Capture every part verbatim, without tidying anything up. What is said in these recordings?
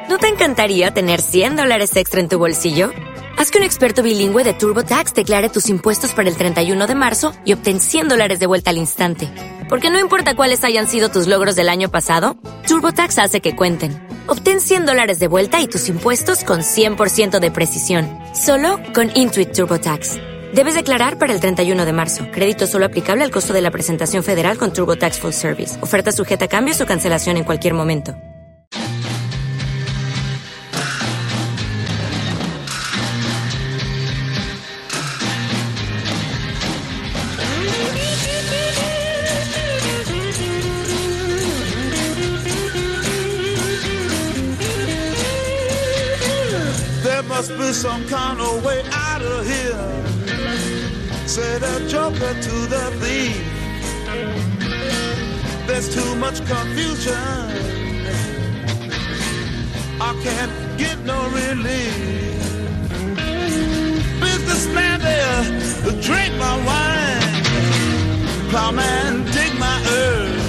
¿No te encantaría tener cien dólares extra en tu bolsillo? Haz que un experto bilingüe de TurboTax declare tus impuestos para el treinta y uno de marzo y obtén cien dólares de vuelta al instante. Porque no importa cuáles hayan sido tus logros del año pasado, TurboTax hace que cuenten. Obtén cien dólares de vuelta y tus impuestos con cien por ciento de precisión. Solo con Intuit TurboTax. Debes declarar para el treinta y uno de marzo. Crédito solo aplicable al costo de la presentación federal con TurboTax Full Service. Oferta sujeta a cambios o cancelación en cualquier momento. Must be some kind of way out of here. Said a joker to the thief. There's too much confusion. I can't get no relief. Businessman there, drink my wine. Plowman, dig my earth.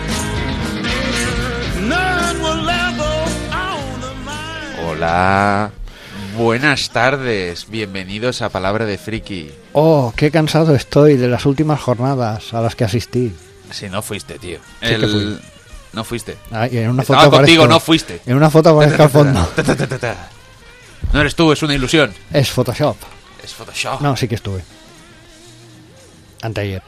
None will ever own a mine. Hola. Buenas tardes, bienvenidos a Palabra de Friki. Oh, qué cansado estoy de las últimas jornadas a las que asistí. Si no fuiste, tío. Sí El... que fui. No fuiste. Ah, y en una Estaba foto contigo, aparezco... no fuiste. En una foto aparezco al fondo. No eres tú, es una ilusión. Es Photoshop. Es Photoshop. No, sí que estuve. Anteayer.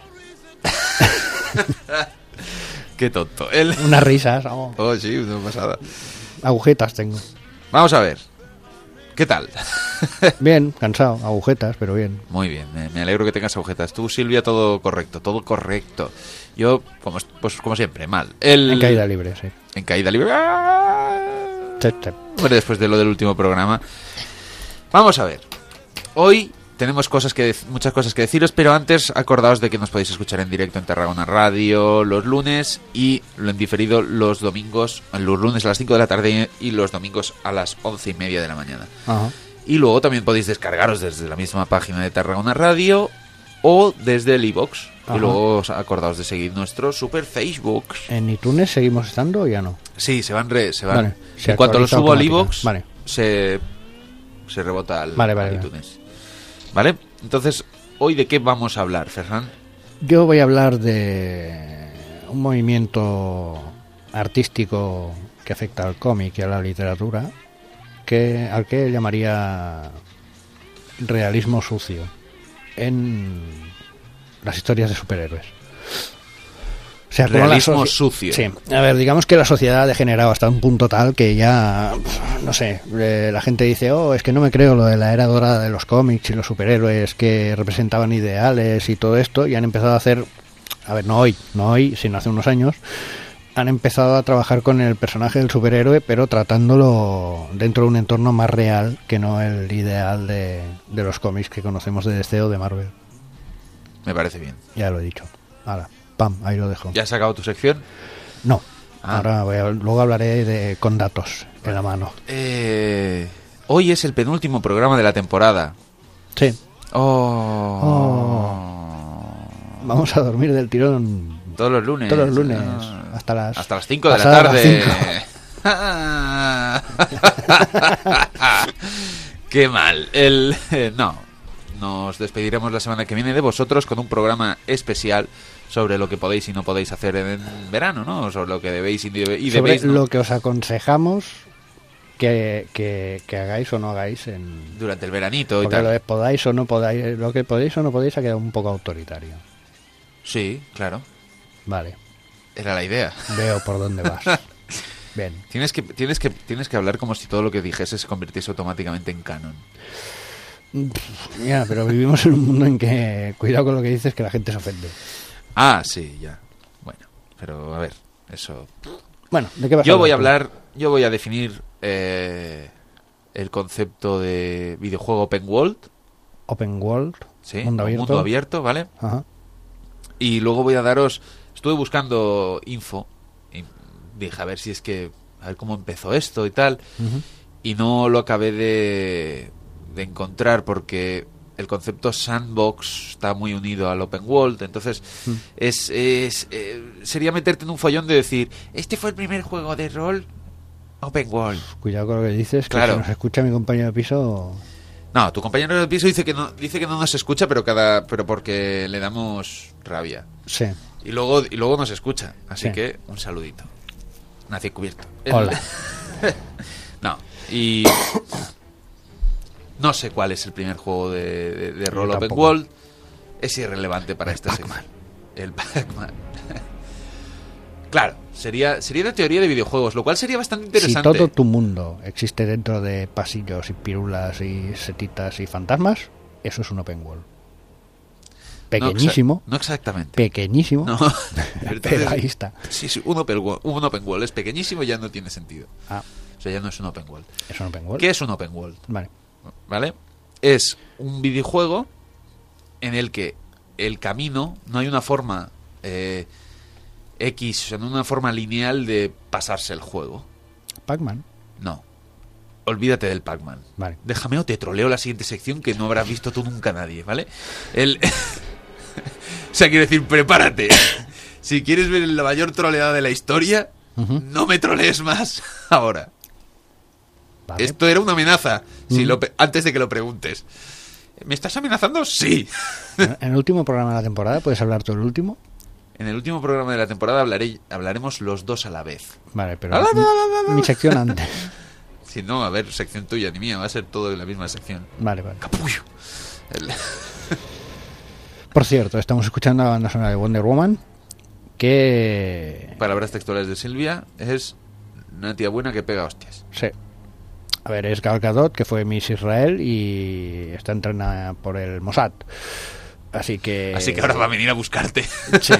Qué tonto. El... Unas risas. Oh. Oh, sí, una pasada. Agujetas tengo. Vamos a ver. ¿Qué tal? Bien, cansado, agujetas, pero bien. Muy bien, me, me alegro que tengas agujetas. Tú, Silvia, todo correcto, todo correcto. Yo, como, pues, como siempre, mal. El... En caída libre, sí. En caída libre. ¡Ah! Sí, sí. Bueno, después de lo del último programa. Vamos a ver. Hoy tenemos cosas que muchas cosas que deciros, pero antes acordaos de que nos podéis escuchar en directo en Tarragona Radio los lunes y lo en diferido los domingos, los lunes a las cinco de la tarde y los domingos a las once y media de la mañana. Ajá. Y luego también podéis descargaros desde la misma página de Tarragona Radio o desde el iVoox. Y luego os acordaos de seguir nuestro super Facebook. ¿En iTunes seguimos estando o ya no? Sí, se van re, se van. Vale, se en cuanto lo actualiza subo al automática. iVoox, Vale. se, se rebota al, Vale, vale, al vale. iTunes. ¿Vale? Entonces, ¿hoy de qué vamos a hablar, Ferran? Yo voy a hablar de un movimiento artístico que afecta al cómic y a la literatura, que al que llamaría realismo sucio en las historias de superhéroes. O sea, como la Realismo soci- sucio. Sí, a ver, digamos que la sociedad ha degenerado hasta un punto tal que ya, no sé, eh, la gente dice, oh, es que no me creo lo de la era dorada de los cómics y los superhéroes que representaban ideales y todo esto, y han empezado a hacer, a ver, no hoy, no hoy, sino hace unos años, han empezado a trabajar con el personaje del superhéroe, pero tratándolo dentro de un entorno más real que no el ideal de, de los cómics que conocemos de D C o de Marvel. Me parece bien. Ya lo he dicho. Ahora, pam, ahí lo dejo. ¿Ya has sacado tu sección? No. Ah. Ahora voy a- luego hablaré de con datos en la mano. Eh, hoy es el penúltimo programa de la temporada. Sí. Oh. Vamos a dormir del tirón Todos los lunes. todos los lunes Ah. hasta las Hasta las cinco de la pasadas tarde. Qué mal. El, eh, no. Nos despediremos la semana que viene de vosotros con un programa especial sobre lo que podéis y no podéis hacer en verano, ¿no? Sobre lo que debéis y, debe- y sobre debéis ¿no? lo que os aconsejamos que, que, que hagáis o no hagáis en durante el veranito y porque tal. lo de podáis o no podáis, lo que podéis o no podéis ha quedado un poco autoritario. Sí, claro. Vale, Era la idea. veo por dónde vas. Bien. Tienes que, tienes que, tienes que hablar como si todo lo que dijese se convirtiese automáticamente en canon. Ya, pero vivimos en un mundo en que cuidado con lo que dices, que la gente se ofende. Ah, sí, ya. Bueno, pero a ver, eso. Bueno, ¿de qué vas a Yo voy a tú? hablar, yo voy a definir eh, el concepto de videojuego open world, Open World, sí, mundo o abierto. mundo abierto, ¿vale? Ajá. Y luego voy a daros, estuve buscando info y dije a ver si es que a ver cómo empezó esto y tal, Ujú. y no lo acabé de, de encontrar porque el concepto sandbox está muy unido al open world, entonces Mm. es, es eh, sería meterte en un follón de decir este fue el primer juego de rol Open World. Cuidado con lo que dices, que Claro. si nos escucha mi compañero de piso... No, tu compañero de piso dice que no, dice que no nos escucha, pero cada, pero porque le damos rabia. Sí. Y luego, y luego nos escucha. Así Sí. que un saludito. Nací cubierto. Hola. No, y no sé cuál es el primer juego de, de, de rol Yo Open tampoco. World. Es irrelevante para El esta Pac-Man. sección. El Pac-Man. Claro, sería, sería de teoría de videojuegos, lo cual sería bastante Si interesante. todo tu mundo existe dentro de pasillos y pirulas y setitas y fantasmas, eso es un open world. Pequeñísimo, No, exa- no exactamente. pequeñísimo, No. pero Entonces, ahí está. Sí, sí, un open, world, un open world es pequeñísimo y ya no tiene sentido. Ah, O sea, ya no es un open world. es un open world. ¿Qué es un open world? Vale. ¿Vale? Es un videojuego en el que el camino, no hay una forma eh, X, o sea, no una forma lineal de pasarse el juego. Pac-Man. No. Olvídate del Pac-Man. Vale. Déjame o te troleo la siguiente sección que no habrás visto tú nunca nadie, ¿vale? El... o sea, quiero decir, prepárate. Si quieres ver la mayor troleada de la historia, Ujú. no me trolees más ahora. Vale. Esto era una amenaza, si Mm. lo pe- antes de que lo preguntes. ¿Me estás amenazando? Sí. En el último programa de la temporada, ¿puedes hablar tú el último? En el último programa de la temporada hablaré, hablaremos los dos a la vez. Vale, pero Ah, mi, ah, ah, ah, mi sección antes. Si no, a ver, sección tuya ni mía, va a ser todo en la misma sección. Vale, vale. Capullo. El- Por cierto, estamos escuchando la banda sonora de Wonder Woman, que... Palabras textuales de Silvia, es una tía buena que pega hostias. Sí. A ver, es Gal Gadot, que fue Miss Israel y está entrenada por el Mossad. Así que... Así que ahora va a venir a buscarte. Sí.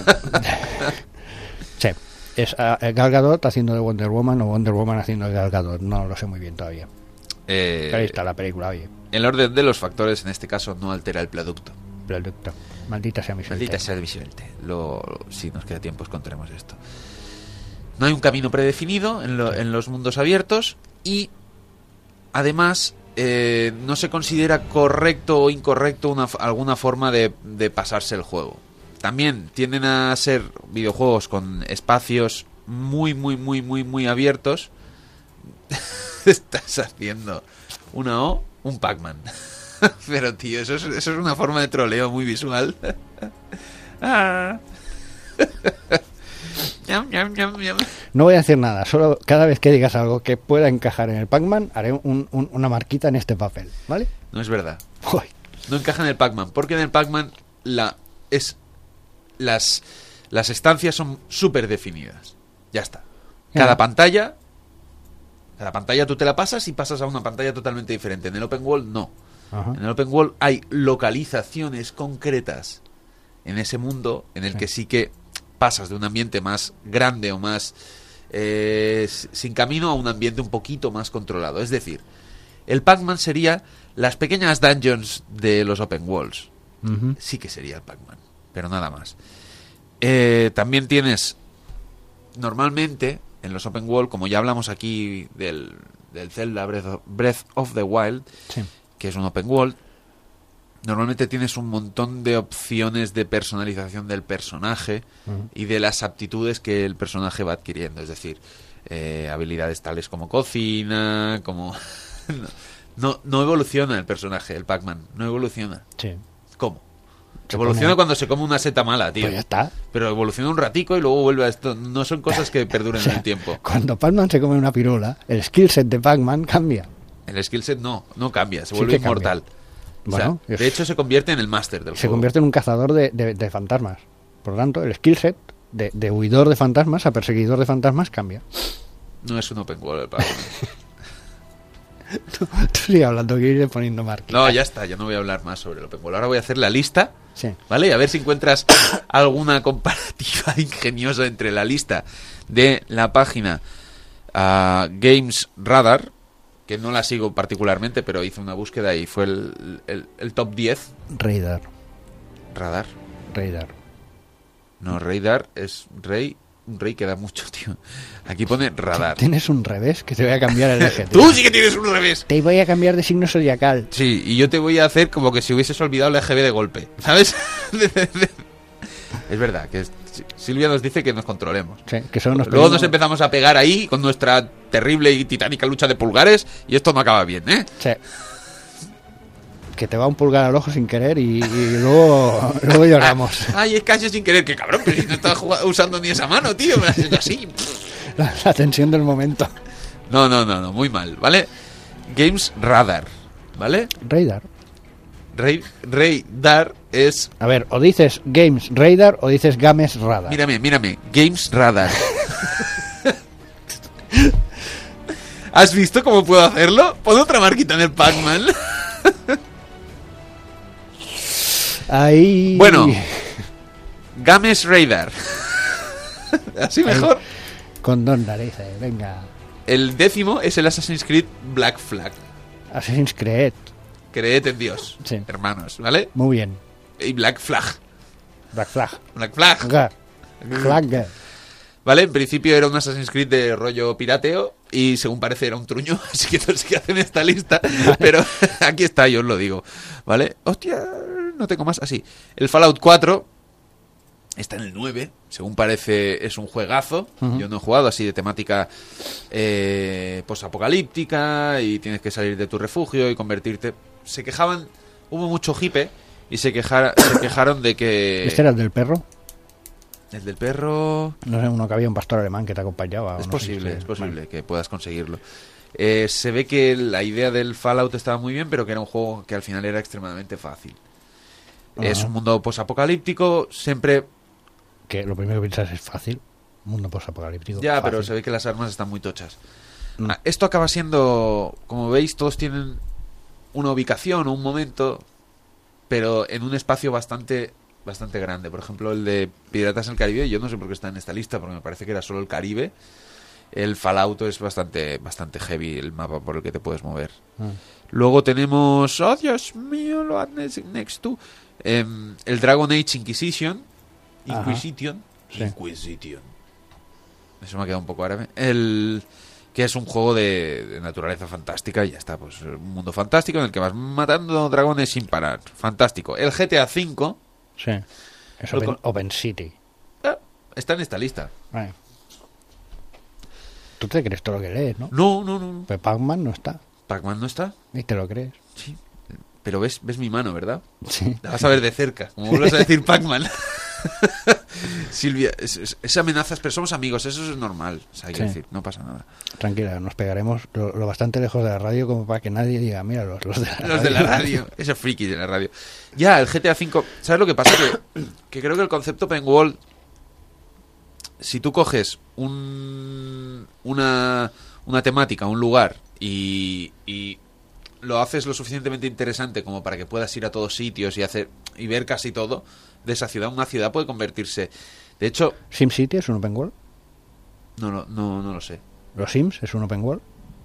Sí. Es uh, Gal Gadot haciendo de Wonder Woman o Wonder Woman haciendo de Gal Gadot. No lo sé muy bien todavía. Eh, Pero ahí está la película, oye. el orden de los factores en este caso no altera el producto. Producto. Maldita sea mi suerte. Maldita sea el Vicente. Lo, si nos queda tiempo os contaremos esto. No hay un camino predefinido en, lo- en los mundos abiertos y además eh, no se considera correcto o incorrecto una, f- alguna forma de, de pasarse el juego. También tienden a ser videojuegos con espacios muy, muy, muy, muy, muy abiertos. Estás haciendo una O, un Pac-Man. Pero tío, eso es, eso es una forma de troleo muy visual. Ah. Ñam, ñam, ñam, ñam. No voy a decir nada. Solo cada vez que digas algo que pueda encajar en el Pac-Man, haré un- un- una marquita en este papel. ¿Vale? No es verdad. Uy. No encaja en el Pac-Man, porque en el Pac-Man la es las las estancias son súper definidas. Ya está. Cada Ya. pantalla cada pantalla tú te la pasas y pasas a una pantalla totalmente diferente. En el Open World no. Ajá. En el Open World hay localizaciones concretas en ese mundo en el Sí. que sí que pasas de un ambiente más grande o más eh, s- sin camino a un ambiente un poquito más controlado. Es decir, el Pac-Man sería las pequeñas dungeons de los Open Worlds. Ujú. Sí que sería el Pac-Man, pero nada más. Eh, también tienes, normalmente, en los Open World, como ya hablamos aquí del, del Zelda Breath of, Breath of the Wild, Sí. que es un Open World, normalmente tienes un montón de opciones de personalización del personaje Ujú. y de las aptitudes que el personaje va adquiriendo. Es decir, eh, habilidades tales como cocina, como... no, no, no evoluciona el personaje, el Pac-Man, no evoluciona. Sí. ¿Cómo? Se Evoluciona come- cuando se come una seta mala, tío. Pues ya está. Pero evoluciona un ratico y luego vuelve a esto. No son cosas que perduren O sea, en el tiempo. Cuando Pac-Man se come una pirula, el skill set de Pac-Man cambia. El skill set no, no cambia, se Sí vuelve que cambia. inmortal. O sea, Bueno, es- de hecho se convierte en el máster del Se juego. convierte en un cazador de, de- de fantasmas. Por lo tanto, el skill set de, de huidor de fantasmas a perseguidor de fantasmas cambia. No es un open world el Pac-Man. Tú sigue hablando, que iré poniendo marcas. No, ya está, ya no voy a hablar más sobre el open world. Ahora voy a hacer la lista, Sí. ¿vale? Y a ver si encuentras alguna comparativa ingeniosa entre la lista de la página ah, Games Radar, que no la sigo particularmente, pero hice una búsqueda y fue el, el, el top diez. Radar. Radar. Radar. No, Radar es rey. Un rey que da mucho, tío. Aquí pone radar. Tienes un revés que te voy a cambiar el eje. tío. ¡Tú sí que tienes un revés! Te voy a cambiar de signo zodiacal. Sí, y yo te voy a hacer como que si hubieses olvidado el E G B de golpe, ¿sabes? Es verdad que es- Silvia nos dice que nos controlemos. Sí, que solo nos Luego pedimos- nos empezamos a pegar ahí con nuestra terrible y titánica lucha de pulgares y esto no acaba bien, ¿eh? Sí. Que te va un pulgar al ojo sin querer y, y luego, luego lloramos. Ay, es casi sin querer, que cabrón, pero si no estaba jugando- usando ni esa mano, tío, me la has hecho así. La, la tensión del momento. No, no, no, no, muy mal, ¿vale? Games Radar, ¿vale? Radar. Rey, Radar es... A ver, o dices Games Radar o dices Games Radar. Mírame, mírame, Games Radar. ¿Has visto cómo puedo hacerlo? Pon otra marquita en el Pac-Man. Ahí. Bueno, Games Radar. Así mejor. Con dos narices, venga. El décimo es el Assassin's Creed Black Flag. Assassin's Creed. Creed en Dios, Sí. hermanos, ¿vale? Muy bien. Y Black Flag. Black Flag. Black Flag. Flag. Flag. ¿Vale? En principio era un Assassin's Creed de rollo pirateo y según parece era un truño, así que no sé qué hacen esta lista, pero aquí está, yo os lo digo, ¿vale? Hostia, no tengo más, así. El Fallout cuatro está en el nueve, según parece es un juegazo, Ujú. yo no he jugado, así de temática eh, posapocalíptica y tienes que salir de tu refugio y convertirte... Se quejaban, hubo mucho hipe y se, quejara- se quejaron de que... ¿Este era el del perro? El del perro... No sé, uno que había un pastor alemán que te acompañaba. o Es no posible, sé si- es posible Vale. que puedas conseguirlo. Eh, se ve que la idea del Fallout estaba muy bien, pero que era un juego que al final era extremadamente fácil. Ajá. Es un mundo posapocalíptico, siempre... Que lo primero que piensas es fácil. Mundo posapocalíptico. Ya, pero fácil. se ve que las armas están muy tochas. Mm. Ah, esto acaba siendo... Como veis, todos tienen una ubicación o un momento, pero en un espacio bastante... bastante grande. Por ejemplo, el de Piratas en el Caribe, yo no sé por qué está en esta lista, porque me parece que era solo el Caribe. El Fallout es bastante bastante heavy el mapa por el que te puedes mover. Ah. Luego tenemos, oh Dios mío, lo next, next to em, el Dragon Age Inquisition, Ajá. Inquisition, Sí. Inquisition. Eso me ha quedado un poco árabe. El que es un juego de, de naturaleza fantástica y ya está, pues un mundo fantástico en el que vas matando dragones sin parar. Fantástico. El G T A cinco Sí. Es Lo Open, con- Open City. ah, está en esta lista. Vale. Tú te crees todo lo que lees, ¿no? No, no, no. no. Pues Pac-Man no está. Pac-Man no está. Y te lo crees. Sí. Pero ves, ves mi mano, ¿verdad? Sí. La vas a ver de cerca, como vuelves a decir Pac-Man. Silvia, es, es, es amenazas, pero somos amigos, eso es normal. O sea, hay que Sí. decir, no pasa nada. Tranquila, nos pegaremos lo, lo bastante lejos de la radio como para que nadie diga, mira, los, los de la Los de la radio, esos frikis de la radio. Ya, el G T A cinco, ¿sabes lo que pasa? Que, que creo que el concepto open world, si tú coges un, una, una temática, un lugar y, y lo haces lo suficientemente interesante como para que puedas ir a todos sitios y hacer y ver casi todo de esa ciudad, una ciudad puede convertirse. De hecho, SimCity es un open world. no, no, no, no lo sé. Los Sims es un open world.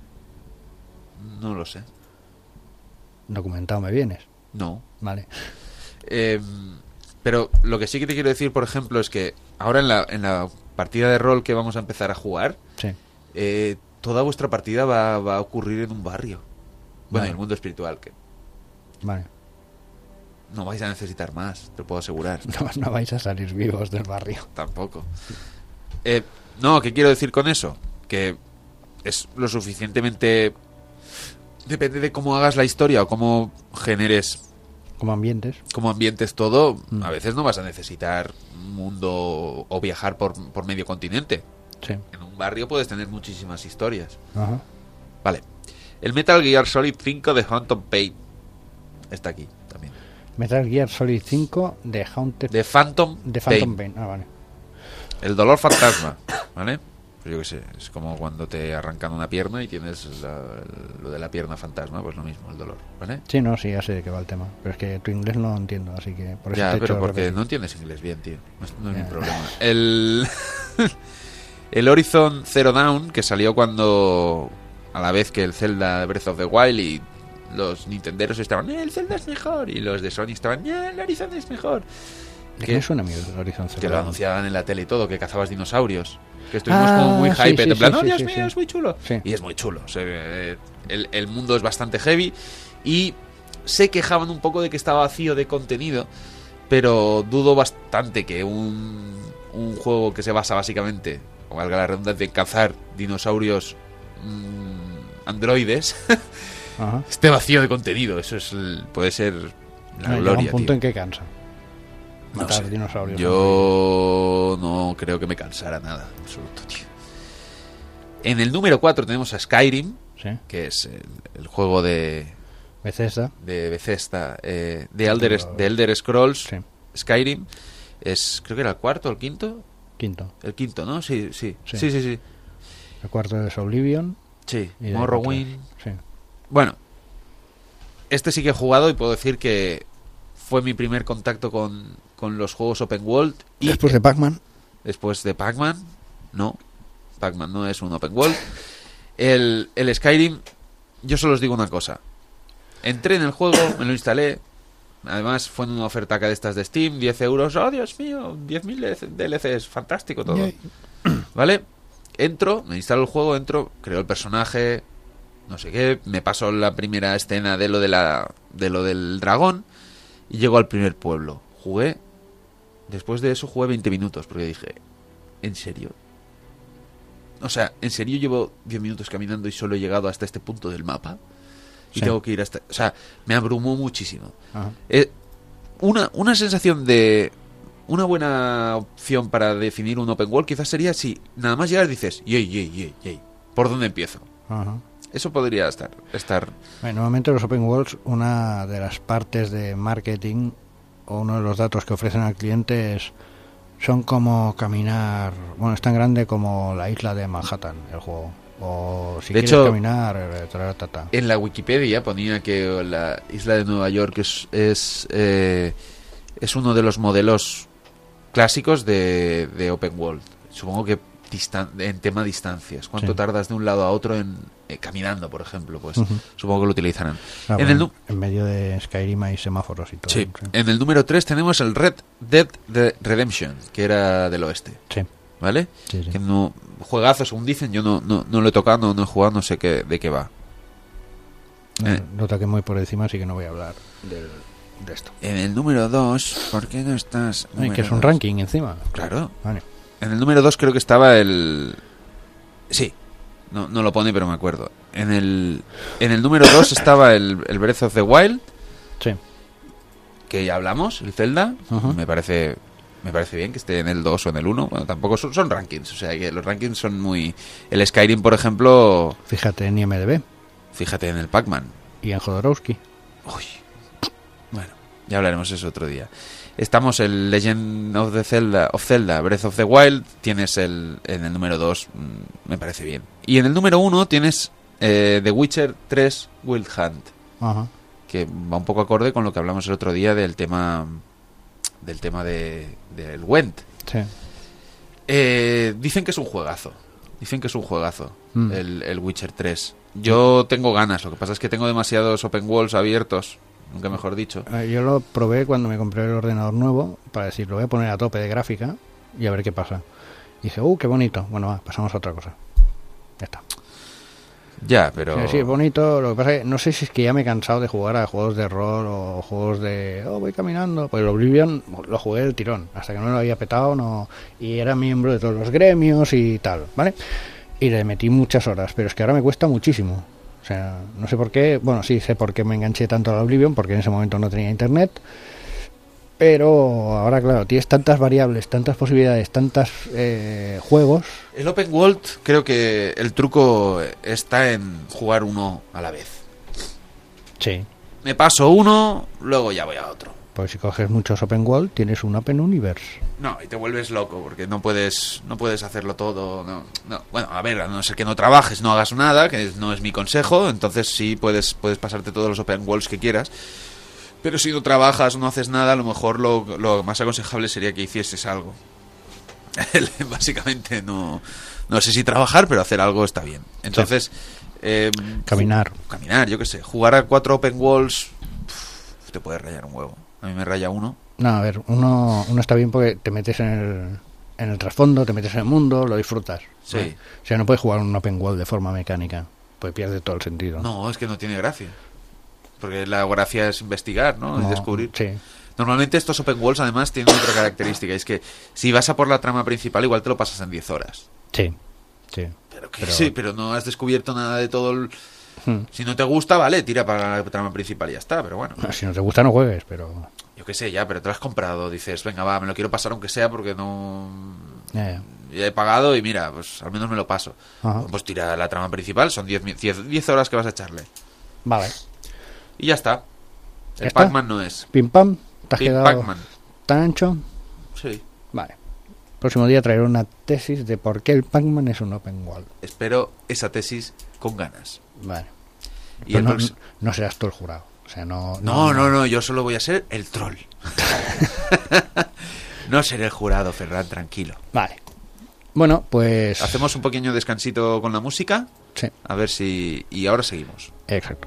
No lo sé. Documentado me vienes. No. Vale. Eh, pero lo que sí que te quiero decir, por ejemplo, es que ahora en la, en la partida de rol que vamos a empezar a jugar, Sí. eh, toda vuestra partida va, va a ocurrir en un barrio. Bueno, Vale. en el mundo espiritual, que Vale. no vais a necesitar más, te lo puedo asegurar. No, no vais a salir vivos del barrio. Tampoco. Eh, no, ¿qué quiero decir con eso? Que es lo suficientemente... Depende de cómo hagas la historia o cómo generes, Como ambientes. cómo ambientes todo. Mm. A veces no vas a necesitar un mundo o viajar por, por medio continente. Sí. En un barrio puedes tener muchísimas historias. Ajá. Vale. El Metal Gear Solid cinco de Phantom Pain está aquí también. Metal Gear Solid cinco de Haunted... De Phantom, de Phantom Pain. Pain. Ah, vale. El dolor fantasma, ¿vale? Pues yo qué sé, es como cuando te arrancan una pierna y tienes la- el- lo de la pierna fantasma, pues lo mismo, el dolor, ¿vale? Sí, no, sí, ya sé de qué va el tema. Pero es que tu inglés no lo entiendo, así que por eso Ya, te he pero hecho porque repetir. no entiendes inglés bien, tío. No es, no es Ya. mi problema. El, el Horizon Zero Dawn, que salió cuando... A la vez que el Zelda Breath of the Wild y los nintenderos estaban, "Eh, el Zelda es mejor", y los de Sony estaban, "Eh, el Horizon es mejor". ¿De que- qué me suena a mí el Horizon Zero Que lo Dawn? anunciaban en la tele y todo, que cazabas dinosaurios. Que estuvimos Ah, como muy sí, hype, sí, en plan, sí, "Oh, sí, Dios sí, mío, sí. es muy chulo". Sí. Y es muy chulo. O sea, eh, el, el mundo es bastante heavy y se quejaban un poco de que estaba vacío de contenido, pero dudo bastante que un, un juego que se basa básicamente, o valga la redundancia, en cazar dinosaurios mmm, androides, Ajá. esté vacío de contenido. Eso es el- puede ser la No, llega gloria, un punto tío. en que cansa. No Matar sé. dinosaurios. Yo no creo que me cansara nada, en absoluto, tío. En el número cuatro tenemos a Skyrim, Sí. que es el, el juego de, Bethesda. de Bethesda, eh, de, Elder, de Elder Scrolls, Sí. Skyrim. Es, creo que era el cuarto o el quinto. Quinto. El quinto, ¿no? Sí, sí. Sí. Sí, sí, sí. El cuarto es Oblivion. Sí, Y de Morrowind. Sí. Bueno, este sí que he jugado y puedo decir que fue mi primer contacto con, con los juegos open world. Y Después de Pac-Man. después de Pac-Man, no. Pac-Man no es un open world. El, el Skyrim, yo solo os digo una cosa. Entré en el juego, me lo instalé. Además fue en una oferta acá de estas de Steam, diez euros. ¡Oh, Dios mío! diez mil D L Cs, fantástico todo. Yay. ¿Vale? Entro, me instalo el juego, entro, creo el personaje, no sé qué, me paso la primera escena de lo de la de lo del dragón y llego al primer pueblo. Jugué, después de eso jugué veinte minutos porque dije, ¿en serio? O sea, ¿en serio llevo diez minutos caminando y solo he llegado hasta este punto del mapa? Y Sí. tengo que ir hasta... O sea, me abrumó muchísimo. Ajá. Eh, una, una sensación de... Una buena opción para definir un open world quizás sería si nada más llegar dices, yey, yey, yey, yey, ¿por dónde empiezo? Ajá. Eso podría estar... estar Bueno, normalmente los open worlds, una de las partes de marketing o uno de los datos que ofrecen al cliente es son como caminar, bueno, es tan grande como la isla de Manhattan, el juego. O si De quieres hecho, caminar, eh, taratata. en la Wikipedia ponía que la isla de Nueva York es es, eh, es uno de los modelos clásicos de, de open world. Supongo que distan- en tema distancias. ¿Cuánto Sí. tardas de un lado a otro en eh, caminando, por ejemplo? Pues Ujú. supongo que lo utilizarán. Ah, en bueno, el nu- en medio de Skyrim hay semáforos y todo. Sí. En el número tres tenemos el Red Dead de Redemption, que era del oeste, Sí, ¿vale? sí, sí. Que no, juegazo, según dicen, yo no, no, no lo he tocado, no, no he jugado, no sé qué, de qué va. No, Eh. lo toqué muy por encima, así que no voy a hablar del- de esto. En el número dos, ¿por qué no estás? Ay, que es un número dos? ranking encima. Claro. Vale. En el número dos creo que estaba el... Sí, no, no lo pone, pero me acuerdo. En el, en el número dos estaba el, el Breath of the Wild, Sí. que ya hablamos, el Zelda. Ujú. Me parece me parece bien que esté en el dos o en el uno. Bueno, tampoco son, son rankings, o sea que los rankings son muy... El Skyrim, por ejemplo, Fíjate en I M D B fíjate en el Pac-Man. y en Jodorowsky. Uy. Bueno, ya hablaremos eso otro día. Estamos el Legend of the Zelda, of Zelda, Breath of the Wild, tienes el en el número dos, mm, me parece bien. Y en el número uno tienes eh, The Witcher tres Wild Hunt, Ajá. que va un poco acorde con lo que hablamos el otro día del tema del tema de del Gwent. Sí. Eh, dicen que es un juegazo. Dicen que es un juegazo Mm. el, el Witcher tres. Yo tengo ganas, lo que pasa es que tengo demasiados open worlds abiertos, nunca mejor dicho. Eh, Yo lo probé cuando me compré el ordenador nuevo para decir, lo voy a poner a tope de gráfica y a ver qué pasa. Y dije, uh, qué bonito. Bueno, va, pasamos a otra cosa. Ya está. Ya, pero... Sí, sí, es bonito. Lo que pasa es que no sé si es que ya me he cansado de jugar a juegos de rol o juegos de, oh, voy caminando. Pues el Oblivion lo jugué del tirón, hasta que no lo había petado, no y era miembro de todos los gremios y tal, ¿vale? Y le metí muchas horas, pero es que ahora me cuesta muchísimo. O sea, no sé por qué, bueno, sí sé por qué me enganché tanto al Oblivion, porque en ese momento no tenía internet. Pero ahora, claro, tienes tantas variables, tantas posibilidades, tantos eh, juegos. El Open World, creo que el truco está en jugar uno a la vez. Sí. Me paso uno, luego ya voy a otro. Pues si coges muchos Open World, tienes un Open Universe. No, y te vuelves loco, porque no puedes no puedes hacerlo todo. No, no. Bueno, a ver, a no ser que no trabajes, no hagas nada, que no es mi consejo, entonces sí puedes, puedes pasarte todos los Open Worlds que quieras. Pero si no trabajas, no haces nada, a lo mejor lo, lo más aconsejable sería que hicieses algo. Básicamente no, no sé si trabajar, pero hacer algo está bien. Entonces, eh, Caminar. ju- caminar, yo qué sé, jugar a cuatro open worlds uf, te puede rayar un huevo. A mí me raya uno. No, a ver, uno, uno está bien porque te metes en el, en el trasfondo, te metes en el mundo, lo disfrutas. Sí. ¿no? O sea, no puedes jugar un Open World de forma mecánica, pues pierde todo el sentido. No, es que no tiene gracia. Porque la gracia es investigar, ¿no? No, Y descubrir. Sí. Normalmente estos open worlds además tienen otra característica, es que si vas a por la trama principal igual te lo pasas en diez horas. Sí, sí. Pero que Pero- sí, pero no has descubierto nada de todo el... Hmm. Si no te gusta, vale, tira para la trama principal y ya está, pero bueno. Si no te gusta, no juegues, pero... Yo qué sé, ya, pero te lo has comprado, dices, venga, va, me lo quiero pasar aunque sea porque no... Ya, ya. Ya he pagado y mira, pues al menos me lo paso. Ajá. Pues tira la trama principal, son diez horas que vas a echarle. Vale. Y ya está. ¿Ya El está? Pac-Man no es. Pim pam, te has Pim quedado Pac-Man. tan ancho. Sí. Vale. Próximo día traeré una tesis de por qué el Pac-Man es un open world. Espero esa tesis con ganas. Vale. Y Pero el no, prox- no serás tú el jurado. O sea, no... No, no, no, yo solo voy a ser el troll. No seré el jurado, Ferran, tranquilo. Vale. Bueno, pues... Hacemos un pequeño descansito con la música. Sí, A ver si... Y ahora seguimos. exacto.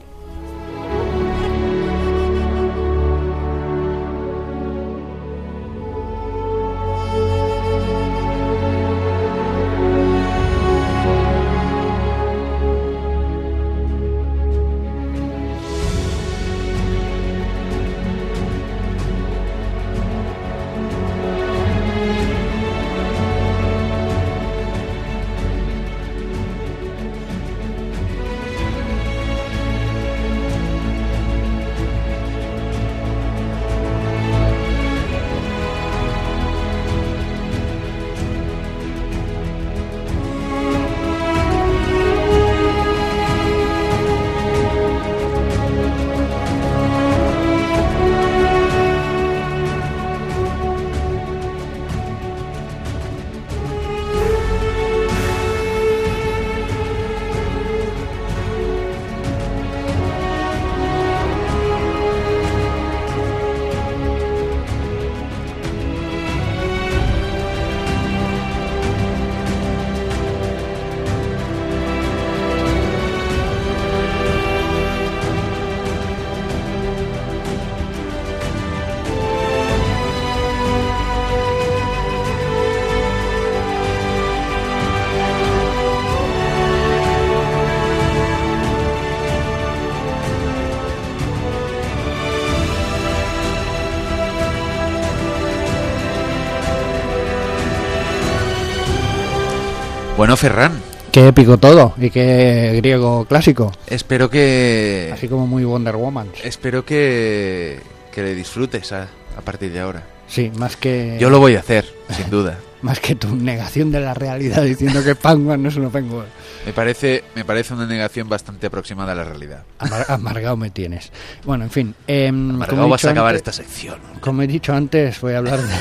Bueno, Ferran, Qué épico todo y qué griego clásico. espero que... Así como muy Wonder Woman. Espero que... Que le disfrutes a, a partir de ahora. Sí, más que... Yo lo voy a hacer, sin duda. Más que tu negación de la realidad diciendo que Pac-Man no es un open world. Me parece, me parece una negación bastante aproximada a la realidad. Amar- amargado me tienes. Bueno, en fin. Eh, Amargado vas a acabar esta sección. Como he dicho antes, voy a hablar de...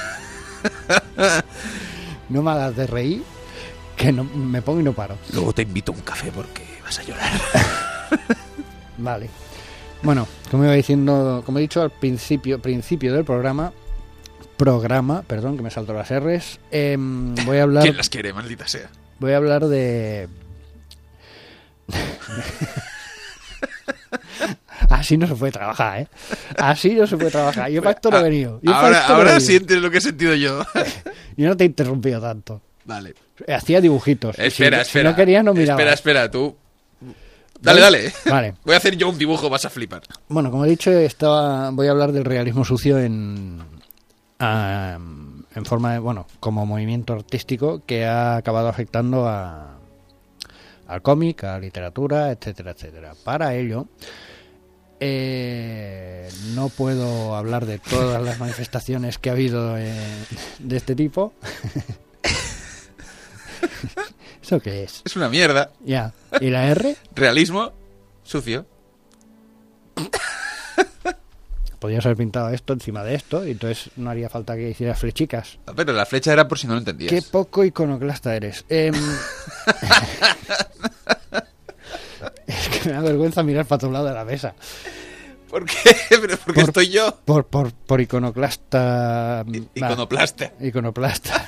No me hagas de reír, que no, me pongo y no paro. Luego te invito a un café porque vas a llorar. Vale. Bueno, como iba diciendo, como he dicho al principio, principio del programa, programa, perdón, que me salto las R's, eh, voy a hablar, ¿Quién las quiere, maldita sea? voy a hablar de... Así no se puede trabajar, ¿eh? Así no se puede trabajar. Yo para esto no he venido. Yo para Ahora, esto no he ahora venido. sientes lo que he sentido yo. Yo no te he interrumpido tanto. Vale. Hacía dibujitos. Y Espera, si, espera. Si no querías, no miraba. Espera, espera, tú. Dale, dale. Vale. Voy a hacer yo un dibujo, vas a flipar. Bueno, como he dicho, estaba, voy a hablar del realismo sucio en, ah, en forma de, bueno, como movimiento artístico que ha acabado afectando a, al cómic, a la literatura, etcétera, etcétera. Para ello, eh, no puedo hablar de todas las manifestaciones que ha habido eh, de este tipo. ¿Eso qué es? Es una mierda. Ya. ¿Y la R? Realismo sucio. Podrías haber pintado esto encima de esto y entonces no haría falta que hicieras flechicas. Pero la flecha era por si no lo entendías. Qué poco iconoclasta eres. Em, es que me da vergüenza mirar para otro lado de la mesa. ¿Por qué? Pero porque Por- estoy yo. Por, por, por iconoclasta... I- va, Iconoplasta. iconoclasta.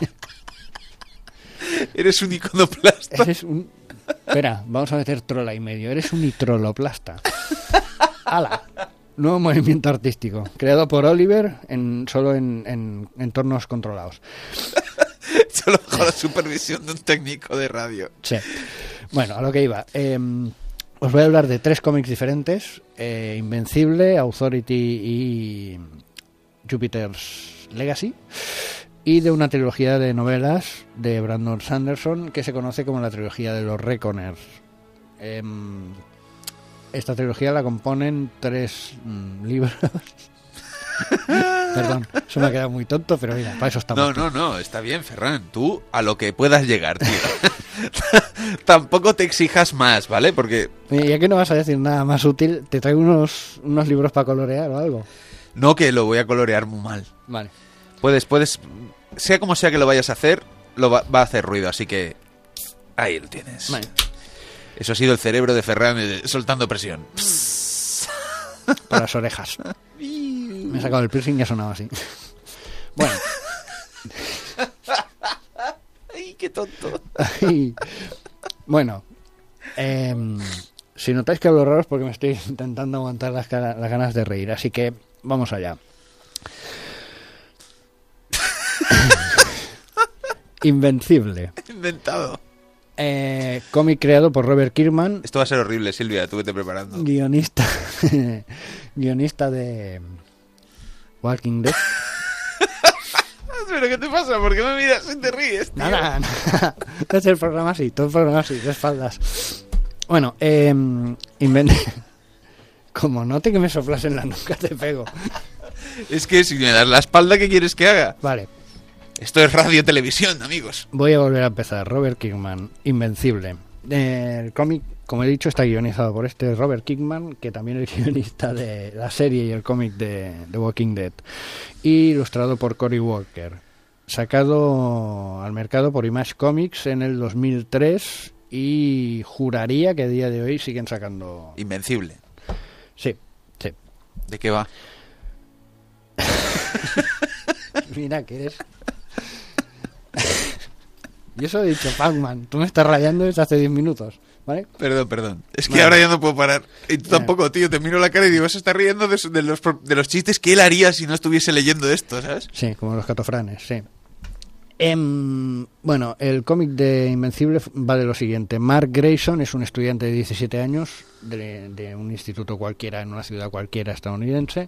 Eres un iconoplasta. Eres un... Espera, vamos a meter trola y medio. Eres un itroloplasta. ¡Hala! Nuevo movimiento artístico. Creado por Oliver en, solo en, en entornos controlados. Solo bajo la supervisión de un técnico de radio. Sí. Bueno, a lo que iba. Eh, os voy a hablar de tres cómics diferentes, eh, Invencible, Authority y Jupiter's Legacy, y de una trilogía de novelas de Brandon Sanderson que se conoce como la trilogía de los Reckoners. Eh, esta trilogía la componen tres mmm, libros. Perdón, eso me ha quedado muy tonto, pero mira, para eso estamos. No, no, no, está bien, Ferran. Tú a lo que puedas llegar, tío. Tampoco te exijas más, ¿vale? Porque... Ya que no vas a decir nada más útil, te traigo unos, unos libros para colorear o algo. No, que lo voy a colorear muy mal. Vale. Puedes, puedes... Sea como sea que lo vayas a hacer, lo va, va a hacer ruido, así que... Ahí lo tienes. Vale. Eso ha sido el cerebro de Ferran eh, soltando presión. Por las orejas. Me he sacado el piercing y ha sonado así. Bueno. ¡Ay, qué tonto! Ay. Bueno. Eh, si notáis que hablo raro es porque me estoy intentando aguantar las, las ganas de reír. Así que vamos allá. Invencible. Inventado. Eh, cómic creado por Robert Kirkman. Esto va a ser horrible, Silvia, tú vete preparando. Guionista. Guionista de Walking Dead. ¿Pero qué te pasa? ¿Por qué me miras y te ríes, tío? Nada, nada. Es el programa así, todo el programa así, de espaldas. Bueno, eh, invent... Como note que me soplas en la nuca, te pego. Es que si me das la espalda, ¿qué quieres que haga? Vale. Esto es radio televisión, amigos. Voy a volver a empezar. Robert Kirkman, Invencible. Eh, el cómic, como he dicho, está guionizado por este Robert Kirkman, que también es guionista de la serie y el cómic de The Walking Dead, y ilustrado por Cory Walker. Sacado al mercado por Image Comics en el dos mil tres, y juraría que a día de hoy siguen sacando... Invencible. Sí, sí. ¿De qué va? Mira que eres... Yo eso he dicho Pac-Man. Tú me estás rayando desde hace diez minutos, ¿vale? Perdón, perdón. Es que Vale. ahora ya no puedo parar. Y tú tampoco, tío. Te miro la cara y digo, se está riendo de, de, los, de los chistes que él haría si no estuviese leyendo esto, ¿sabes? Sí, como los catofranes, sí. Em, bueno, el cómic de Invencible va de lo siguiente. Mark Grayson es un estudiante de diecisiete años de, de un instituto cualquiera en una ciudad cualquiera estadounidense.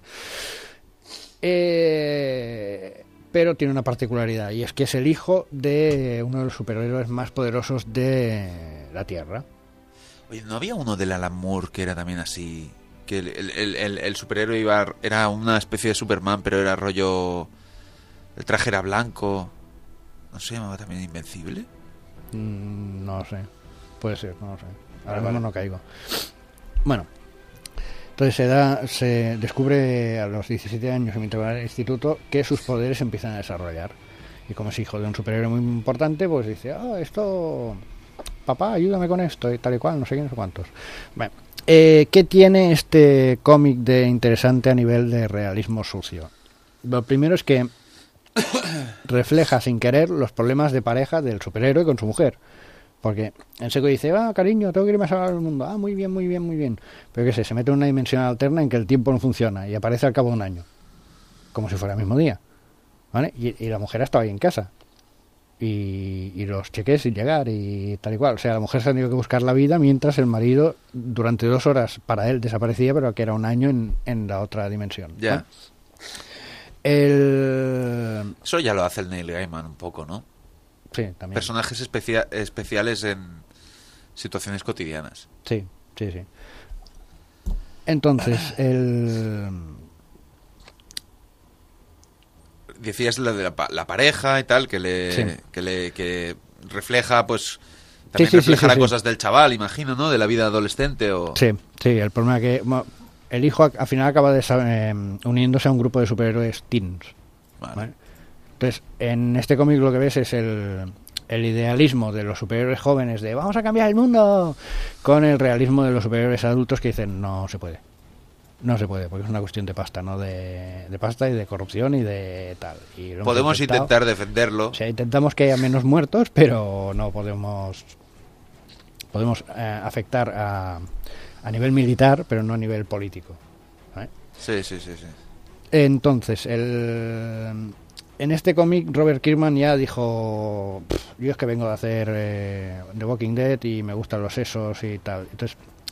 Eh... Pero tiene una particularidad, y es que es el hijo de uno de los superhéroes más poderosos de la Tierra. Oye, ¿no había uno del Alan Moore que era también así? Que el, el, el, el superhéroe iba, era una especie de Superman, pero era rollo... El traje era blanco. ¿No se llamaba también Invencible? Mm, no lo sé. Puede ser, no lo sé. Ahora Vale, mismo vale. no caigo. Bueno. Entonces se da, se descubre a los diecisiete años mientras va al instituto que sus poderes empiezan a desarrollar. Y como es hijo de un superhéroe muy importante, pues dice, ah, esto, papá, ayúdame con esto y tal y cual, no sé qué, no sé cuántos. Bueno, eh, ¿qué tiene este cómic de interesante a nivel de realismo sucio? Lo primero es que refleja sin querer los problemas de pareja del superhéroe con su mujer. Porque en seco dice, ah, cariño, tengo que irme a salvar el mundo. Ah, muy bien, muy bien, muy bien. Pero qué sé, se mete en una dimensión alterna en que el tiempo no funciona y aparece al cabo de un año. Como si fuera el mismo día. ¿Vale? Y, y la mujer ha estado ahí en casa. Y, y los cheques sin llegar y tal y cual. O sea, la mujer se ha tenido que buscar la vida mientras el marido durante dos horas para él desaparecía, pero que era un año en, en la otra dimensión. Ya. ¿Vale? El... Eso ya lo hace el Neil Gaiman un poco, ¿no? Sí, también. Personajes especia- especiales en situaciones cotidianas. Sí, sí, sí. Entonces, el... Decías la de la, pa- la pareja y tal, que le, Sí. que le que refleja, pues, también Sí, sí, sí, reflejará sí, sí. cosas del chaval, imagino, ¿no? De la vida adolescente o... Sí, sí, el problema es que bueno, el hijo a- al final acaba desa- eh, uniéndose a un grupo de superhéroes teens. Vale. ¿Vale? Entonces, en este cómic lo que ves es el, el idealismo de los superhéroes jóvenes de vamos a cambiar el mundo, con el realismo de los superhéroes adultos que dicen no se puede. No se puede, porque es una cuestión de pasta, ¿no? De, de pasta y de corrupción y de tal. Y lo hemos Podemos intentado. intentar defenderlo. O sea, intentamos que haya menos muertos, pero no podemos podemos eh, afectar a, a nivel militar, pero no a nivel político. ¿Vale? Sí, sí, sí, sí. Entonces, el, en este cómic Robert Kirkman ya dijo, yo es que vengo de hacer eh, The Walking Dead y me gustan los sesos y tal. Entonces,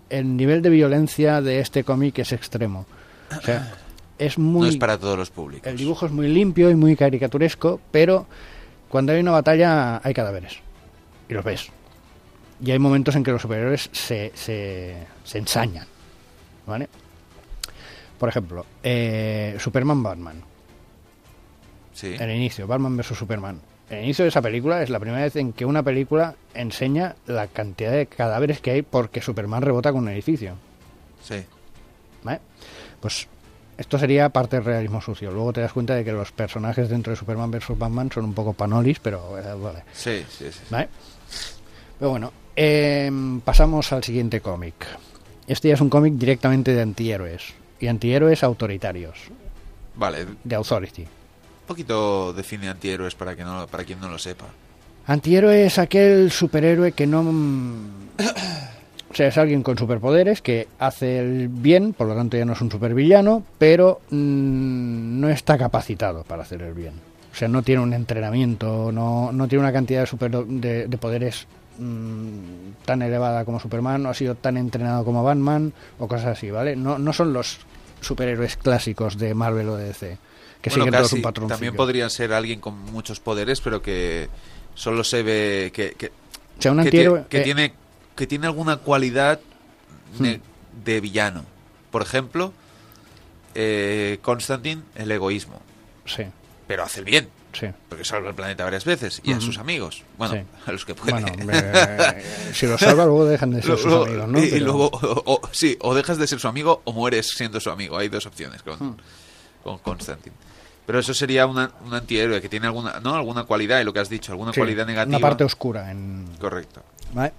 el nivel de violencia de este cómic es extremo. O sea, es muy... No es para todos los públicos. El dibujo es muy limpio y muy caricaturesco, pero cuando hay una batalla hay cadáveres. Y los ves. Y hay momentos en que los superhéroes se, se, se ensañan. ¿Vale? Por ejemplo, eh, Superman-Batman. Sí. El inicio, Batman versus Superman. El inicio de esa película es la primera vez en que una película enseña la cantidad de cadáveres que hay porque Superman rebota con un edificio. Sí. ¿Vale? Pues esto sería parte del realismo sucio. Luego te das cuenta de que los personajes dentro de Superman versus Batman son un poco panolis, pero eh, vale. Sí, sí, sí. ¿Vale? Pero bueno, eh, pasamos al siguiente cómic. Este ya es un cómic directamente de antihéroes. Y antihéroes autoritarios. Vale. De Authority. Un poquito define antihéroes para, que no, para quien no lo sepa. Antihéroe es aquel superhéroe que no... O sea, es alguien con superpoderes que hace el bien, por lo tanto ya no es un supervillano, pero mmm, no está capacitado para hacer el bien. O sea, no tiene un entrenamiento, no, no tiene una cantidad de, super, de, de poderes mmm, tan elevada como Superman, no ha sido tan entrenado como Batman o cosas así, ¿vale? No, no son los superhéroes clásicos de Marvel o de D C, que bueno, siguen casi, todos un patrón. También podría ser alguien con muchos poderes, pero que solo se ve que, que, o sea, un que, antihéroe, que, que eh, tiene que tiene alguna cualidad de, hmm. de villano. Por ejemplo, eh, Constantine, el egoísmo. Sí. Pero hace el bien. Sí. Porque salva el planeta varias veces. Y uh-huh. a sus amigos. Bueno, sí. a los que pueden. Bueno, eh, si los salva, luego dejan de ser sus luego, amigos, ¿no? Y, Pero... y luego, o, o, sí, o dejas de ser su amigo o mueres siendo su amigo. Hay dos opciones con, hmm. con Constantine. Pero eso sería una, un antihéroe que tiene alguna, ¿no? alguna cualidad, y lo que has dicho, alguna sí, cualidad negativa. Una parte oscura. En... Correcto. ¿Vale?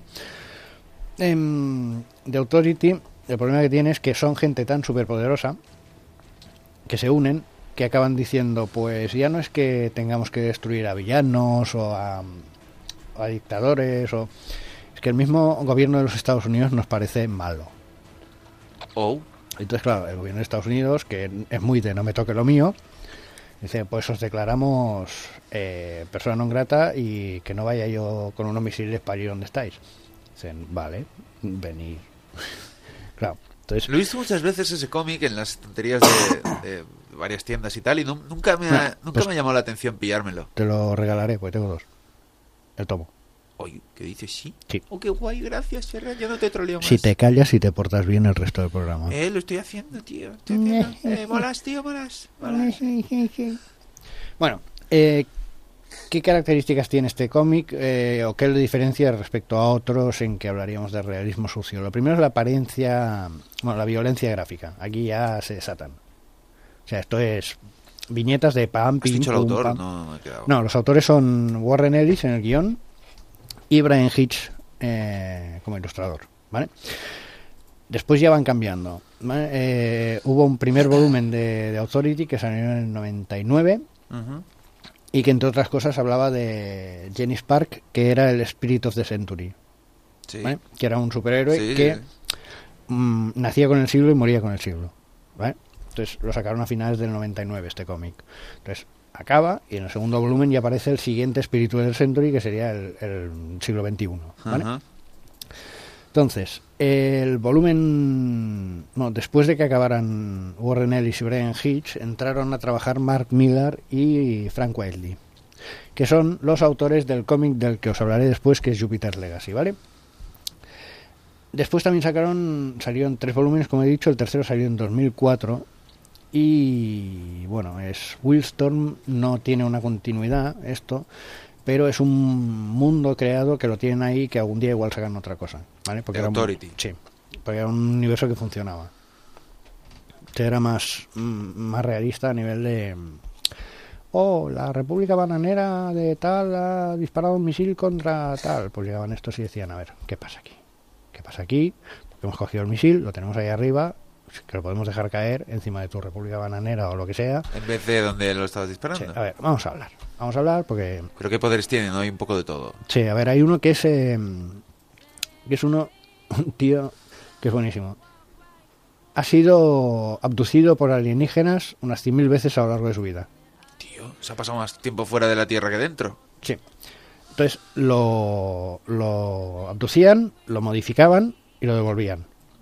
En The Authority, el problema que tiene es que son gente tan superpoderosa que se unen, que acaban diciendo, pues ya no es que tengamos que destruir a villanos o a, o a dictadores, o es que el mismo gobierno de los Estados Unidos nos parece malo. Oh. Entonces, claro, el gobierno de Estados Unidos, que es muy de no me toque lo mío, dice, pues os declaramos eh, persona non grata y que no vaya yo con unos misiles para allí donde estáis. Dicen, vale, venid. Claro, entonces... Lo he visto muchas veces ese cómic en las tonterías de, de varias tiendas y tal, y no, nunca, me ha, nunca pues me ha llamado la atención pillármelo. Te lo regalaré, pues tengo dos. El tomo. Oye, ¿qué dices? ¿Sí? Sí. Oh, qué guay, gracias, Serra, ya no te troleo más. Si te callas y te portas bien el resto del programa. Eh, lo estoy haciendo, tío. Estoy haciendo. Eh, molas, tío, molas. molas. Bueno, eh... ¿qué características tiene este cómic eh, o qué le diferencia respecto a otros en que hablaríamos de realismo sucio? Lo primero es la apariencia, bueno, la violencia gráfica. Aquí ya se desatan. O sea, esto es viñetas de pam, pim, ¿Has dicho el pum, autor? pam. No, no me he quedado. No, los autores son Warren Ellis en el guión y Brian Hitch eh, como ilustrador, ¿vale? Después ya van cambiando, ¿vale? Eh, hubo un primer volumen de, de Authority que salió en el noventa y nueve. Uh-huh. Y que entre otras cosas hablaba de Jenny Spark, que era el Spirit of the Century, sí. ¿vale? Que era un superhéroe sí. que mmm, nacía con el siglo y moría con el siglo, ¿vale? Entonces lo sacaron a finales del noventa y nueve este cómic. Entonces acaba y en el segundo volumen ya aparece el siguiente Spirit of the Century, que sería el, el siglo veintiuno, ¿vale? Uh-huh. Entonces, el volumen... Bueno, después de que acabaran Warren Ellis y Brian Hitch, entraron a trabajar Mark Millar y Frank Whiteley, que son los autores del cómic del que os hablaré después, que es Jupiter's Legacy, ¿vale? Después también sacaron... Salieron tres volúmenes, como he dicho, el tercero salió en dos mil cuatro, y bueno, es Wildstorm, no tiene una continuidad esto, pero es un mundo creado que lo tienen ahí, que algún día igual sacan otra cosa, ¿vale? Porque era un, sí, porque era un universo que funcionaba. Este era más, más realista a nivel de... Oh, la República Bananera de tal ha disparado un misil contra tal. Pues llegaban estos y decían, a ver, ¿qué pasa aquí? ¿Qué pasa aquí? Porque hemos cogido el misil, lo tenemos ahí arriba, que lo podemos dejar caer encima de tu República Bananera o lo que sea. En vez de donde lo estabas disparando. Sí, a ver, vamos a hablar. Vamos a hablar porque... ¿Pero qué poderes tiene? ¿No? Hay un poco de todo. Sí, a ver, hay uno que es... Eh, que es uno... Un tío que es buenísimo. Ha sido abducido por alienígenas unas cien mil veces a lo largo de su vida. Tío, se ha pasado más tiempo fuera de la Tierra que dentro. Sí. Entonces lo, lo abducían, lo modificaban y lo devolvían,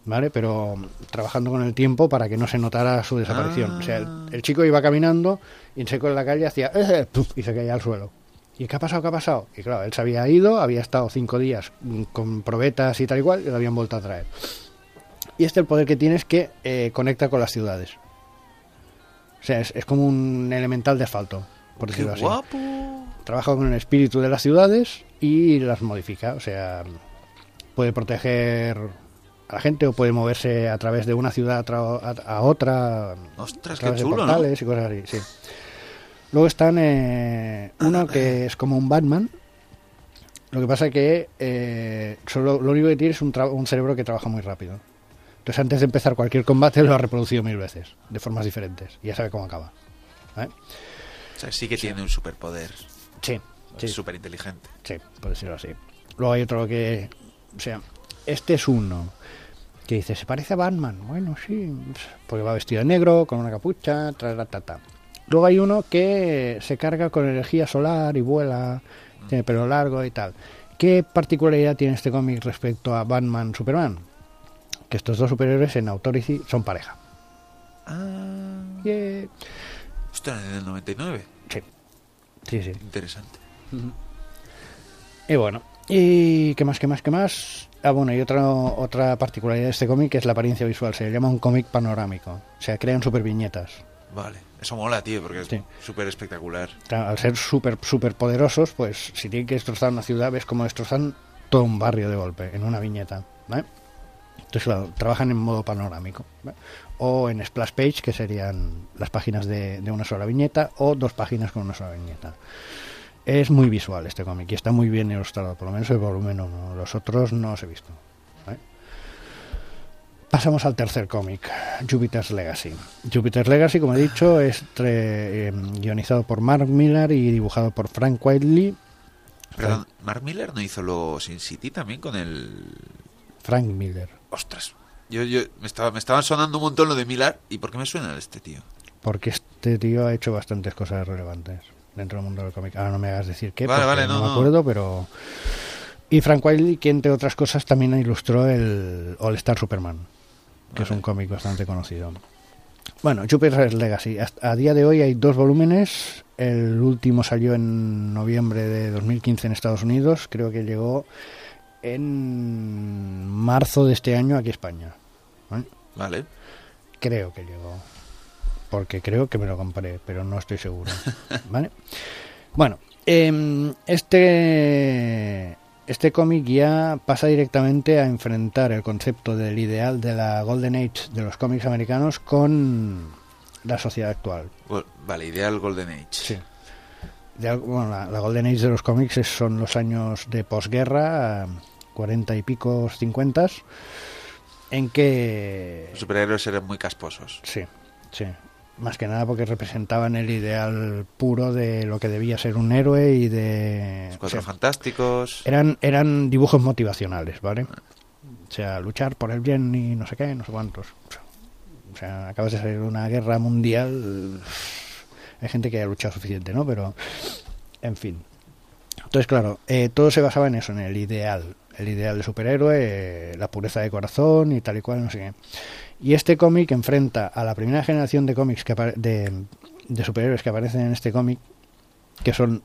¿vale? Pero trabajando con el tiempo para que no se notara su desaparición. Ah. O sea, el, el chico iba caminando y en seco en la calle hacía eh, ¡puf! Y se caía al suelo. ¿Y qué ha pasado? ¿Qué ha pasado? Y claro, él se había ido, había estado cinco días con probetas y tal y cual, y lo habían vuelto a traer. Y este el poder que tiene es que eh, conecta con las ciudades. O sea, es, es como un elemental de asfalto, por ¡Qué decirlo así. guapo! Trabaja con el espíritu de las ciudades y las modifica. O sea, puede proteger a la gente o puede moverse a través de una ciudad a, tra- a, a otra. Ostras, a través qué de chulo, portales y cosas así, sí. Luego están eh, uno que es como un Batman. Lo que pasa es que eh, solo, lo único que tiene es un, tra- un cerebro que trabaja muy rápido. Entonces antes de empezar cualquier combate lo ha reproducido mil veces, de formas diferentes. Y ya sabe cómo acaba. ¿Vale? O sea, sí que tiene un superpoder. Sí, sí. Es súper inteligente. Sí, por decirlo así. Luego hay otro que... O sea, este es uno que dice, ¿se parece a Batman? Bueno, sí, porque va vestido de negro, con una capucha, tra, tra, ta, ta. Luego hay uno que se carga con energía solar y vuela, tiene pelo largo y tal. ¿Qué particularidad tiene este cómic respecto a Batman Superman? Que estos dos superhéroes en Authority son pareja. Ah. Yeah. Ostras, en el noventa y nueve. Sí, sí, sí. Interesante. Y bueno, ¿y qué más, qué más, qué más? Ah, bueno, y otra, otra particularidad de este cómic es la apariencia visual. Se le llama un cómic panorámico. O sea, crean super viñetas. Vale. Eso mola, tío, porque es Sí. súper espectacular. Claro, al ser súper, súper poderosos, pues si tienen que destrozar una ciudad, ves como destrozan todo un barrio de golpe, en una viñeta, ¿vale? Entonces, claro, trabajan en modo panorámico, ¿vale? O en splash page, que serían las páginas de, de una sola viñeta, o dos páginas con una sola viñeta. Es muy visual este cómic y está muy bien ilustrado, por lo menos el volumen uno. Los otros no los he visto, ¿vale? Pasamos al tercer cómic, Jupiter's Legacy. Jupiter's Legacy, como he dicho, es tre- eh, guionizado por Mark Millar y dibujado por Frank Whiteley. Perdón, Mark Millar no hizo lo Sin City también con el... Frank Miller. Ostras. Yo, yo me estaba me estaban sonando un montón lo de Millar. ¿Y por qué me suena de este tío? Porque este tío ha hecho bastantes cosas relevantes dentro del mundo del cómic. Ahora no me hagas decir qué, Vale, porque vale, no, no, me no. acuerdo, pero... Y Frank Whiteley, que entre otras cosas también ilustró el All Star Superman, que es Vale. un cómic bastante conocido. Bueno, Jupiter's Legacy. Hasta- A día de hoy hay dos volúmenes. El último salió en noviembre de dos mil quince en Estados Unidos. Creo que llegó en marzo de este año aquí a España. ¿Vale? Vale. Creo que llegó. Porque creo que me lo compré, pero no estoy seguro. ¿Vale? Bueno, eh, este... Este cómic ya pasa directamente a enfrentar el concepto del ideal de la Golden Age de los cómics americanos con la sociedad actual. Gol- Vale, ideal Golden Age. Sí. De al- bueno, la, la Golden Age de los cómics es- son los años de posguerra, cuarenta y pico, cincuenta, en que... Los superhéroes eran muy casposos. Sí, sí. Más que nada porque representaban el ideal puro de lo que debía ser un héroe y de... Los Cuatro o sea, Fantásticos. Eran, eran dibujos motivacionales, ¿vale? O sea, luchar por el bien y no sé qué, no sé cuántos. O sea, acabas de salir de una guerra mundial. Hay gente que ha luchado suficiente, ¿no? Pero, en fin. Entonces, claro, eh, todo se basaba en eso, en el ideal. El ideal de superhéroe, eh, la pureza de corazón y tal y cual, no sé qué. Y este cómic enfrenta a la primera generación de cómics que apare- de, de superhéroes que aparecen en este cómic, que son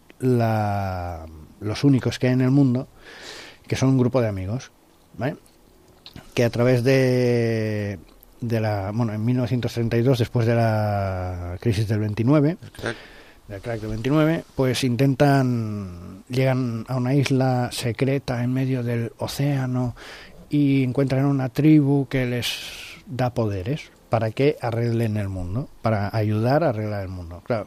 la, los únicos que hay en el mundo, que son un grupo de amigos, ¿vale? Que a través de, de la... Bueno, en mil novecientos treinta y dos, después de la crisis del veintinueve, El crack. del crack del veintinueve, pues intentan... Llegan a una isla secreta en medio del océano y encuentran una tribu que les da poderes para que arreglen el mundo, para ayudar a arreglar el mundo. Claro,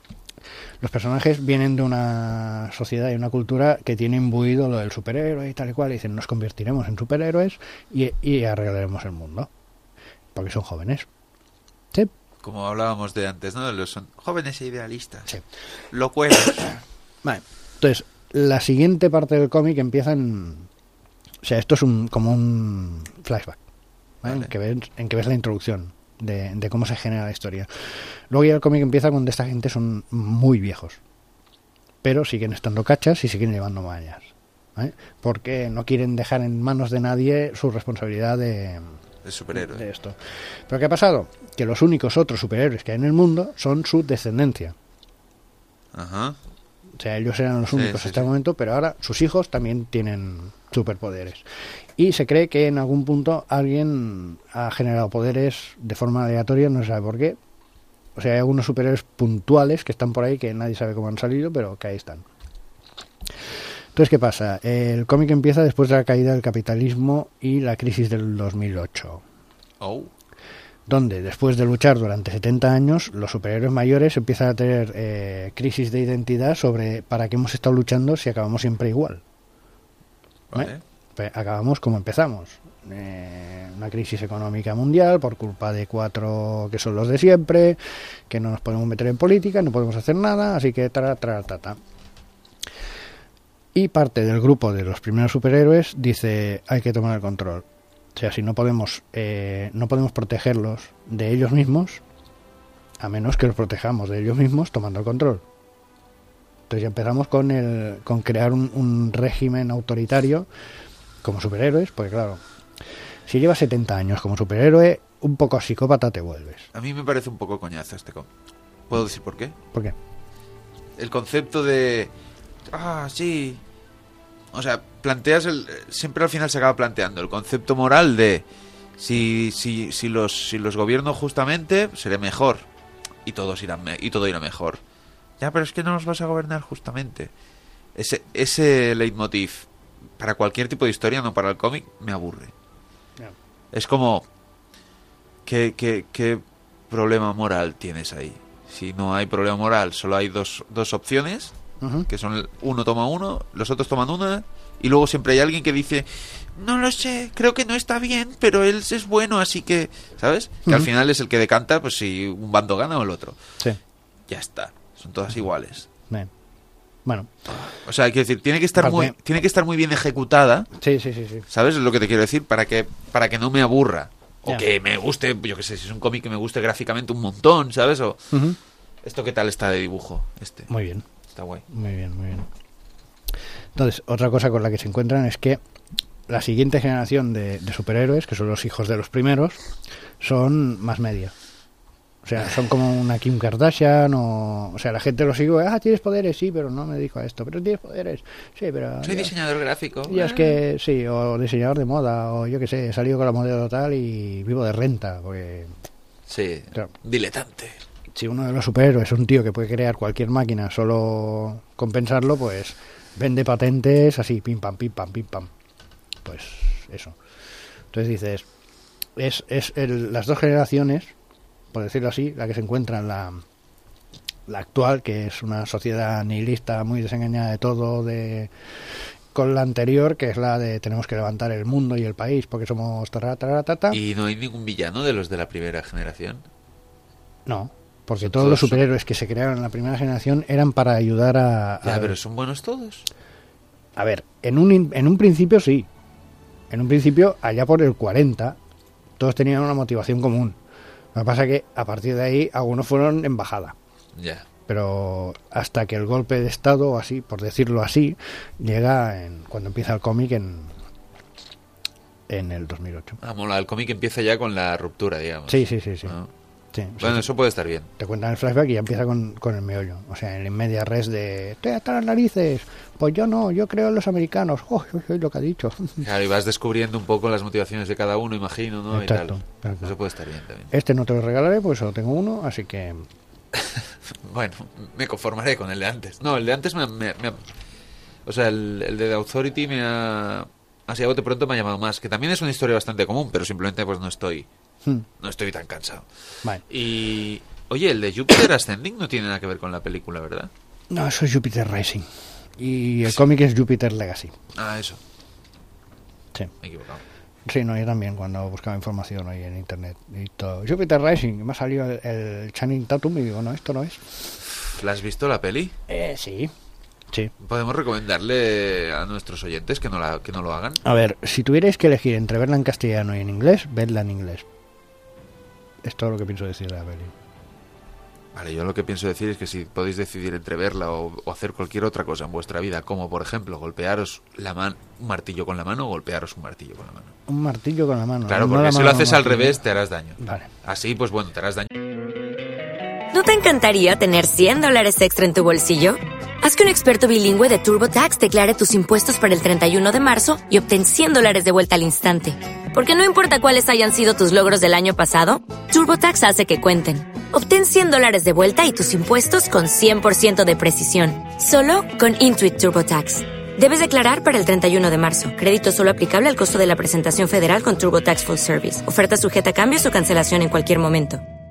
los personajes vienen de una sociedad y una cultura que tiene imbuido lo del superhéroe y tal y cual, y dicen, nos convertiremos en superhéroes y, y arreglaremos el mundo, porque son jóvenes. Sí, Como hablábamos de antes, ¿no? Los son jóvenes e idealistas. sí. Locueros. Vale, entonces, la siguiente parte del cómic empieza en... O sea, esto es un como un flashback, ¿vale? Vale. En, que ves, en que ves la introducción de, de cómo se genera la historia. Luego ya el cómic empieza cuando esta gente son muy viejos, pero siguen estando cachas y siguen llevando mallas, ¿vale? Porque no quieren dejar en manos de nadie su responsabilidad de, de superhéroe. De esto. Pero ¿qué ha pasado? Que los únicos otros superhéroes que hay en el mundo son su descendencia. Ajá. O sea, ellos eran los Sí, únicos sí, hasta el sí. momento, pero ahora sus hijos también tienen superpoderes. Y se cree que en algún punto alguien ha generado poderes de forma aleatoria, no se sabe por qué. O sea, hay algunos superhéroes puntuales que están por ahí que nadie sabe cómo han salido, pero que ahí están. Entonces, ¿qué pasa? El cómic empieza después de la caída del capitalismo y la crisis del dos mil ocho. Oh. Donde después de luchar durante setenta años, los superhéroes mayores empiezan a tener eh, crisis de identidad sobre para qué hemos estado luchando si acabamos siempre igual. Vale. ¿Eh? Pues acabamos como empezamos. Eh, una crisis económica mundial por culpa de cuatro que son los de siempre, que no nos podemos meter en política, no podemos hacer nada, así que tra, tra, ta, ta. Y parte del grupo de los primeros superhéroes dice hay que tomar el control. O sea, si no podemos eh, no podemos protegerlos de ellos mismos, a menos que los protejamos de ellos mismos tomando el control. Entonces ya empezamos con el con crear un, un régimen autoritario como superhéroes, porque claro, si llevas setenta años como superhéroe, un poco psicópata te vuelves. A mí me parece un poco coñazo este cómic. ¿Puedo decir por qué? ¿Por qué? El concepto de... Ah, sí. O sea, planteas el... Siempre al final se acaba planteando el concepto moral de... Si, si, si, los, si los gobierno justamente, seré mejor. Y, todos irán me- y todo irá mejor. Ya, pero es que no los vas a gobernar justamente. Ese, ese leitmotiv, para cualquier tipo de historia, no para el cómic, me aburre. Yeah. Es como... ¿qué, qué, qué problema moral tienes ahí? Si no hay problema moral, solo hay dos, dos opciones, Uh-huh. que son el- uno toma uno, los otros toman una, y luego siempre hay alguien que dice, no lo sé, creo que no está bien, pero él es bueno, así que, ¿sabes? Que al Ujú. final es el que decanta, pues si un bando gana o el otro. Sí. Ya está, son todas iguales. Bien. Bueno, O sea, hay que decir, tiene que estar Aparte- muy, tiene que estar muy bien ejecutada, sí, sí, sí, sí. ¿sabes? Es lo que te quiero decir, para que, para que no me aburra. O Ya. que me guste, yo que sé, si es un cómic que me guste gráficamente un montón, ¿sabes? O Uh-huh. esto qué tal está de dibujo, este. Muy bien. Está guay. Muy bien, muy bien. Entonces, otra cosa con la que se encuentran es que la siguiente generación de, de superhéroes, que son los hijos de los primeros, son más media. O sea, son como una Kim Kardashian o... O sea, la gente los sigue, ah, tienes poderes, sí, pero no me dedico a esto. Pero tienes poderes, sí, pero... Soy ya- diseñador gráfico. ya es que, sí, o diseñador de moda, o yo qué sé, he salido con la modelo tal y vivo de renta, porque... Sí, Claro. diletante. Si uno de los superhéroes es un tío que puede crear cualquier máquina solo con pensarlo, pues vende patentes así, pim pam, pim pam, pim pam. Pues eso. Entonces dices, es, es el- las dos generaciones, por decirlo así, la que se encuentra en la, la actual, que es una sociedad nihilista muy desengañada de todo, de con la anterior, que es la de tenemos que levantar el mundo y el país porque somos tarara, tarara, tata. Y no hay ningún villano de los de la primera generación. No, porque Son todos todos los superhéroes que se crearon en la primera generación eran para ayudar a... Ya, a- pero son buenos todos. A ver, en un, in- en un principio sí. En un principio, allá por el cuarenta, todos tenían una motivación común. Lo que pasa es que a partir de ahí algunos fueron en bajada. Ya. Pero hasta que el golpe de estado, o así, por decirlo así, llega en, cuando empieza el cómic en, en el dos mil ocho. Ah, mola, el cómic empieza ya con la ruptura, digamos. Sí, sí, sí, sí. Ah. Sí, o sea, Bueno, eso puede estar bien. te cuentan el flashback y ya empieza con, con el meollo. O sea, en media res de estoy hasta las narices. Pues yo no, yo creo en los americanos. Oh, oh, oh, lo que ha dicho. Claro, y vas descubriendo un poco las motivaciones de cada uno, imagino, ¿no? Exacto, Y tal. exacto. Eso puede estar bien también. Este no te lo regalaré, pues solo tengo uno, así que... Bueno, me conformaré con el de antes. No, el de antes me, me- me ha- O sea, el, el de The Authority me ha... Así a bote pronto me ha llamado más. Que también es una historia bastante común, pero simplemente pues no estoy... Hmm, No estoy tan cansado. vale. Y... Oye, el de Jupiter Ascending no tiene nada que ver con la película, ¿verdad? No, eso es Jupiter Rising. Y el cómic es Jupiter Legacy. Ah, eso. Sí. Me he equivocado. Sí, no, yo también cuando buscaba información hoy en internet. Y todo, Jupiter Rising, me ha salido el, el Channing Tatum y digo, no, esto no es. ¿La has visto la peli? Eh, sí. Sí. ¿Podemos recomendarle a nuestros oyentes que no, la, que no lo hagan? A ver, si tuvierais que elegir entre verla en castellano y en inglés, vedla en inglés. Es todo lo que pienso decir de la peli. Vale, yo lo que pienso decir es que si podéis decidir entre verla o, o hacer cualquier otra cosa en vuestra vida, como por ejemplo golpearos la man, un martillo con la mano o golpearos un martillo con la mano. Un martillo con la mano. Claro, no porque la si mano lo haces con al martillo. revés te harás daño. Vale. Así, pues bueno, te harás daño. ¿No te encantaría tener cien dólares extra en tu bolsillo? Haz que un experto bilingüe de TurboTax declare tus impuestos para el treinta y uno de marzo y obtén cien dólares de vuelta al instante. Porque no importa cuáles hayan sido tus logros del año pasado, TurboTax hace que cuenten. Obtén cien dólares de vuelta y tus impuestos con cien por ciento de precisión. Solo con Intuit TurboTax. Debes declarar para el treinta y uno de marzo. Crédito solo aplicable al costo de la presentación federal con TurboTax Full Service. Oferta sujeta a cambios o cancelación en cualquier momento.